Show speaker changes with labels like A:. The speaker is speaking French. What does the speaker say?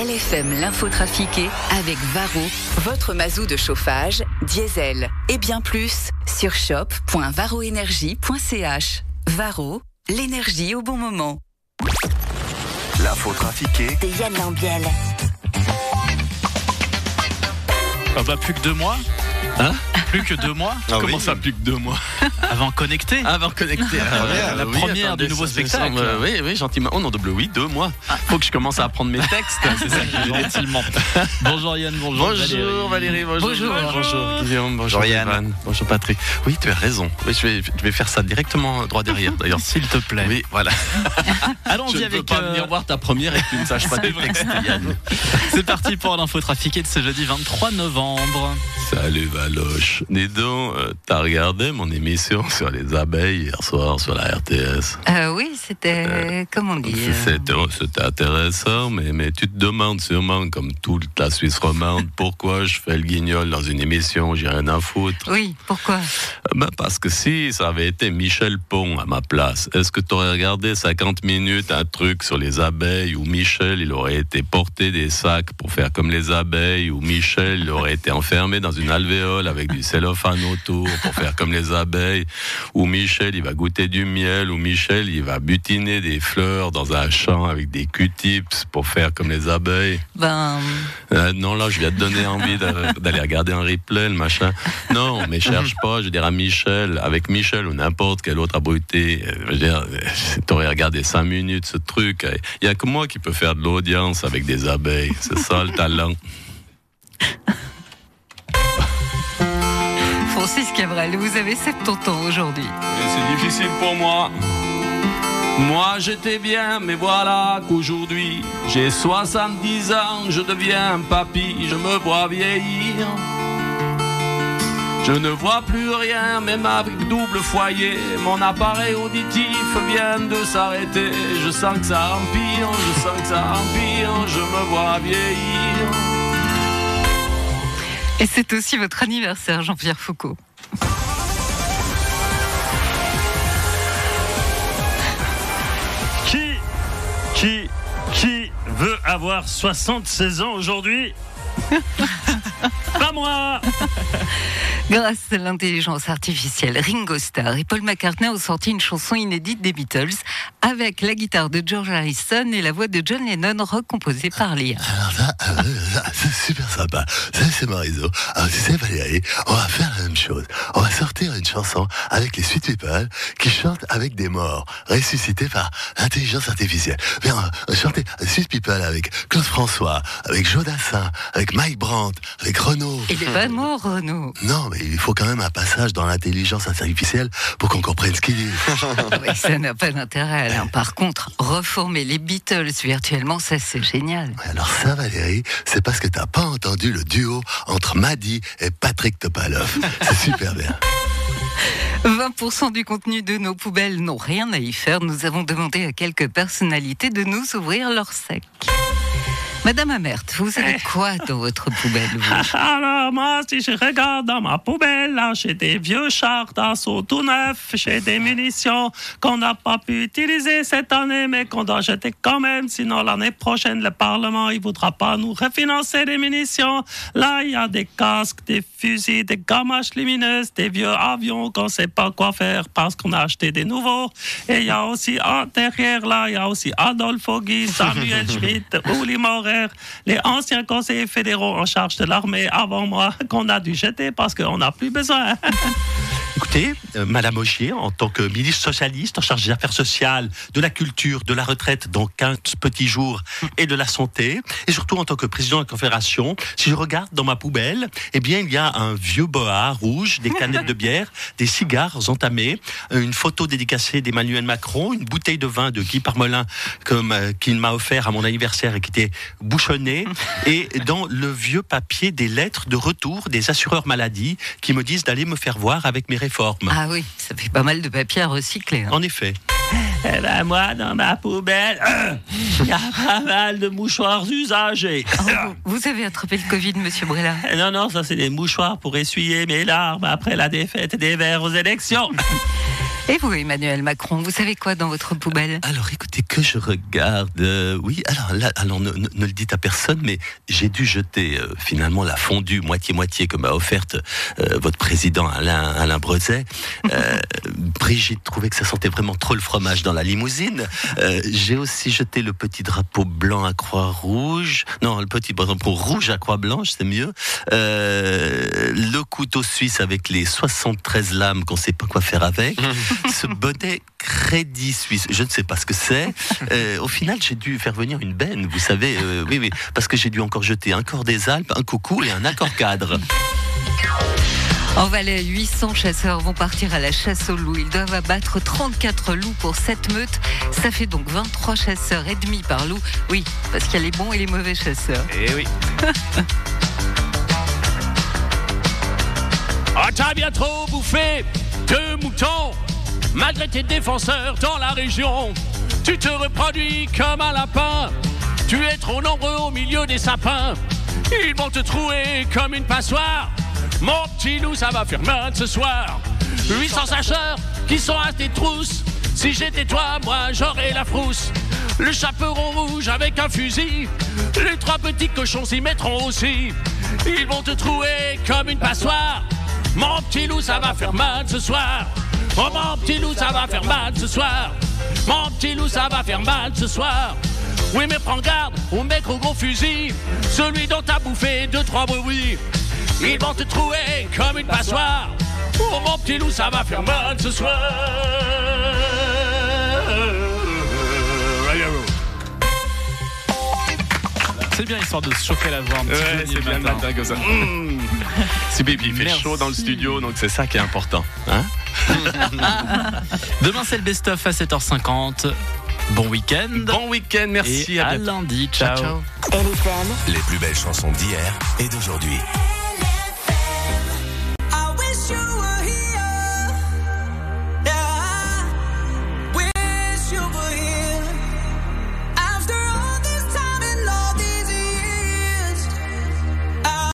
A: LFM l'infotrafiqué avec Varro, votre mazou de chauffage, diesel et bien plus sur shop.varroenergie.ch. Varro, l'énergie au bon moment.
B: L'infotrafiqué
C: de Yann Lambiel.
D: Ah bah plus que 2 mois.
E: Hein?
D: Plus que 2 mois.
E: Comment ça, plus que 2 mois?
D: Avant connecté.
E: Avant connecté.
D: La première du nouveau spectacle.
E: Oui, gentiment. Oh non, oui, 2 mois. Faut que je commence à apprendre mes textes. C'est ça que gentiment.
D: Bonjour Yann, bonjour
E: Valérie, bonjour Guillaume,
B: bonjour Yann.
E: Evan, bonjour Patrick. Oui, tu as raison. Oui, je vais faire ça directement droit derrière d'ailleurs.
D: S'il te plaît.
E: Oui, voilà.
D: Allons-y
E: je ne
D: avec.
E: veux pas venir voir ta première et que tu ne saches pas tes textes, Yann.
D: C'est parti pour l'infotrafiqué de ce jeudi 23 novembre.
E: Salut Valoche. Dis donc, t'as regardé mon émission sur les abeilles hier soir sur la RTS?
C: Oui, c'était, comment dire...
E: C'était intéressant, mais tu te demandes sûrement, comme toute la Suisse romande, pourquoi je fais le guignol dans une émission où j'ai rien à foutre.
C: Oui, pourquoi?
E: Parce que si ça avait été Michel Pon à ma place, est-ce que t'aurais regardé 50 minutes un truc sur les abeilles où Michel, il aurait été porté des sacs pour faire comme les abeilles, où Michel, il aurait été enfermé dans une alvéole avec du cellophane autour pour faire comme les abeilles, où Michel il va goûter du miel, où Michel il va butiner des fleurs dans un champ avec des Q-tips pour faire comme les abeilles. Non, là je viens de donner envie d'aller regarder un replay, le machin. Non, mais cherche pas, je veux dire à Michel, avec Michel ou n'importe quel autre abruti, je veux dire, t'aurais regardé 5 minutes ce truc. Il y a que moi qui peux faire de l'audience avec des abeilles, c'est ça le talent.
C: Francis Cabrel, vous avez 70 ans aujourd'hui.
E: Et c'est difficile pour moi. Moi j'étais bien, mais voilà qu'aujourd'hui j'ai 70 ans, je deviens papy, je me vois vieillir. Je ne vois plus rien, même avec double foyer. Mon appareil auditif vient de s'arrêter. Je sens que ça empire, je me vois vieillir.
C: Et c'est aussi votre anniversaire, Jean-Pierre Foucault.
F: Qui veut avoir 76 ans aujourd'hui? Pas moi.
C: Grâce à l'intelligence artificielle, Ringo Starr et Paul McCartney ont sorti une chanson inédite des Beatles avec la guitare de George Harrison et la voix de John Lennon recomposée par l'IA.
G: Alors ça, c'est super sympa. Ça, c'est Mariso. Alors tu sais Valérie, on va faire la même chose. On va sortir une chanson avec les Sweet People qui chantent avec des morts ressuscités par l'intelligence artificielle. Viens, on va chanter Sweet People avec Claude François, avec Jodassin, avec Mike Brandt, avec Renaud.
C: Il est pas mort, Renaud.
G: Non, mais il faut quand même un passage dans l'intelligence artificielle pour qu'on comprenne ce qu'il dit.
C: Oui, ça n'a pas d'intérêt. Hein. Par contre, reformer les Beatles virtuellement, ça c'est génial.
G: Alors ça, Valérie, c'est parce que t'as pas entendu le duo entre Madi et Patrick Topalov. C'est super bien.
C: 20% du contenu de nos poubelles n'ont rien à y faire. Nous avons demandé à quelques personnalités de nous ouvrir leur sac. Madame Amert, vous avez quoi dans votre poubelle, vous?
F: Alors moi, si je regarde dans ma poubelle, là, j'ai des vieux chars d'assaut tout neufs, j'ai des munitions qu'on n'a pas pu utiliser cette année, mais qu'on doit jeter quand même, sinon l'année prochaine, le Parlement, il voudra pas nous refinancer les munitions. Là, il y a des casques, des fusils, des gamaches lumineuses, des vieux avions qu'on sait pas quoi faire parce qu'on a acheté des nouveaux. Et il y a aussi, derrière là, il y a aussi Adolphe Guy, Samuel Schmitt, Uli Maurer, les anciens conseillers fédéraux en charge de l'armée avant moi, qu'on a dû jeter parce qu'on n'a plus besoin.
H: Écoutez, Madame Augier, en tant que ministre socialiste en charge des affaires sociales, de la culture, de la retraite dans 15 petits jours et de la santé, et surtout en tant que président de la Confédération, si je regarde dans ma poubelle, eh bien il y a un vieux boa rouge, des canettes de bière, des cigares entamés, une photo dédicacée d'Emmanuel Macron, une bouteille de vin de Guy Parmelin qu'il m'a offert à mon anniversaire et qui était bouchonnée, et dans le vieux papier des lettres de retour des assureurs maladie qui me disent d'aller me faire voir avec mes réformes.
C: Ah oui, ça fait pas mal de papier à recycler. Hein.
H: En effet.
F: Eh ben moi, dans ma poubelle, il y a pas mal de mouchoirs usagés.
C: Oh, vous avez attrapé le Covid, monsieur Brella?
F: Non, ça c'est des mouchoirs pour essuyer mes larmes après la défaite des Verts aux élections.
C: Et vous, Emmanuel Macron, vous savez quoi dans votre poubelle?
H: Alors écoutez, que je regarde. Oui, alors là, ne le dites à personne, mais j'ai dû jeter finalement la fondue moitié-moitié que m'a offerte votre président Alain Brezet. Brigitte trouvait que ça sentait vraiment trop le fromage dans la limousine. J'ai aussi jeté le petit drapeau blanc à croix rouge. Non, le petit drapeau rouge à croix blanche, c'est mieux. Le couteau suisse avec les 73 lames qu'on ne sait pas quoi faire avec. Ce bonnet Crédit Suisse, je ne sais pas ce que c'est. Au final, j'ai dû faire venir une benne, vous savez. Oui, parce que j'ai dû encore jeter un corps des Alpes, un coucou et un accord cadre.
C: En Valais, 800 chasseurs vont partir à la chasse aux loups. Ils doivent abattre 34 loups pour cette meute. Ça fait donc 23 chasseurs et demi par loup. Oui, parce qu'il y a les bons et les mauvais chasseurs.
D: Eh oui.
B: Ah, t'as bien trop bouffé de moutons, malgré tes défenseurs dans la région. Tu te reproduis comme un lapin, tu es trop nombreux au milieu des sapins. Ils vont te trouer comme une passoire. Mon petit loup, ça va faire mal ce soir. 800 sacheurs qui sont à tes trousses. Si j'étais toi, moi j'aurais la frousse. Le chaperon rouge avec un fusil. Les 3 petits cochons s'y mettront aussi. Ils vont te trouer comme une passoire. Mon petit loup, ça va faire mal ce soir. Oh mon petit loup, ça va faire mal ce soir. Mon petit loup, ça va faire mal ce soir. Oui mais prends garde au mec au gros fusil, celui dont t'as bouffé 2-3 brebis. Ils vont te trouver comme une passoire. Oh mon petit loup, ça va faire mal ce soir.
D: C'est bien histoire de se chauffer la voix un petit peu.
E: C'est bien le matin comme ça. C'est baby, il fait chaud dans le studio, donc c'est ça qui est important. Hein.
D: Demain, c'est le best-of à 7h50. Bon week-end.
E: Bon week-end, merci.
D: Et à lundi. Ciao.
A: LFM.
I: Les plus belles chansons d'hier et d'aujourd'hui.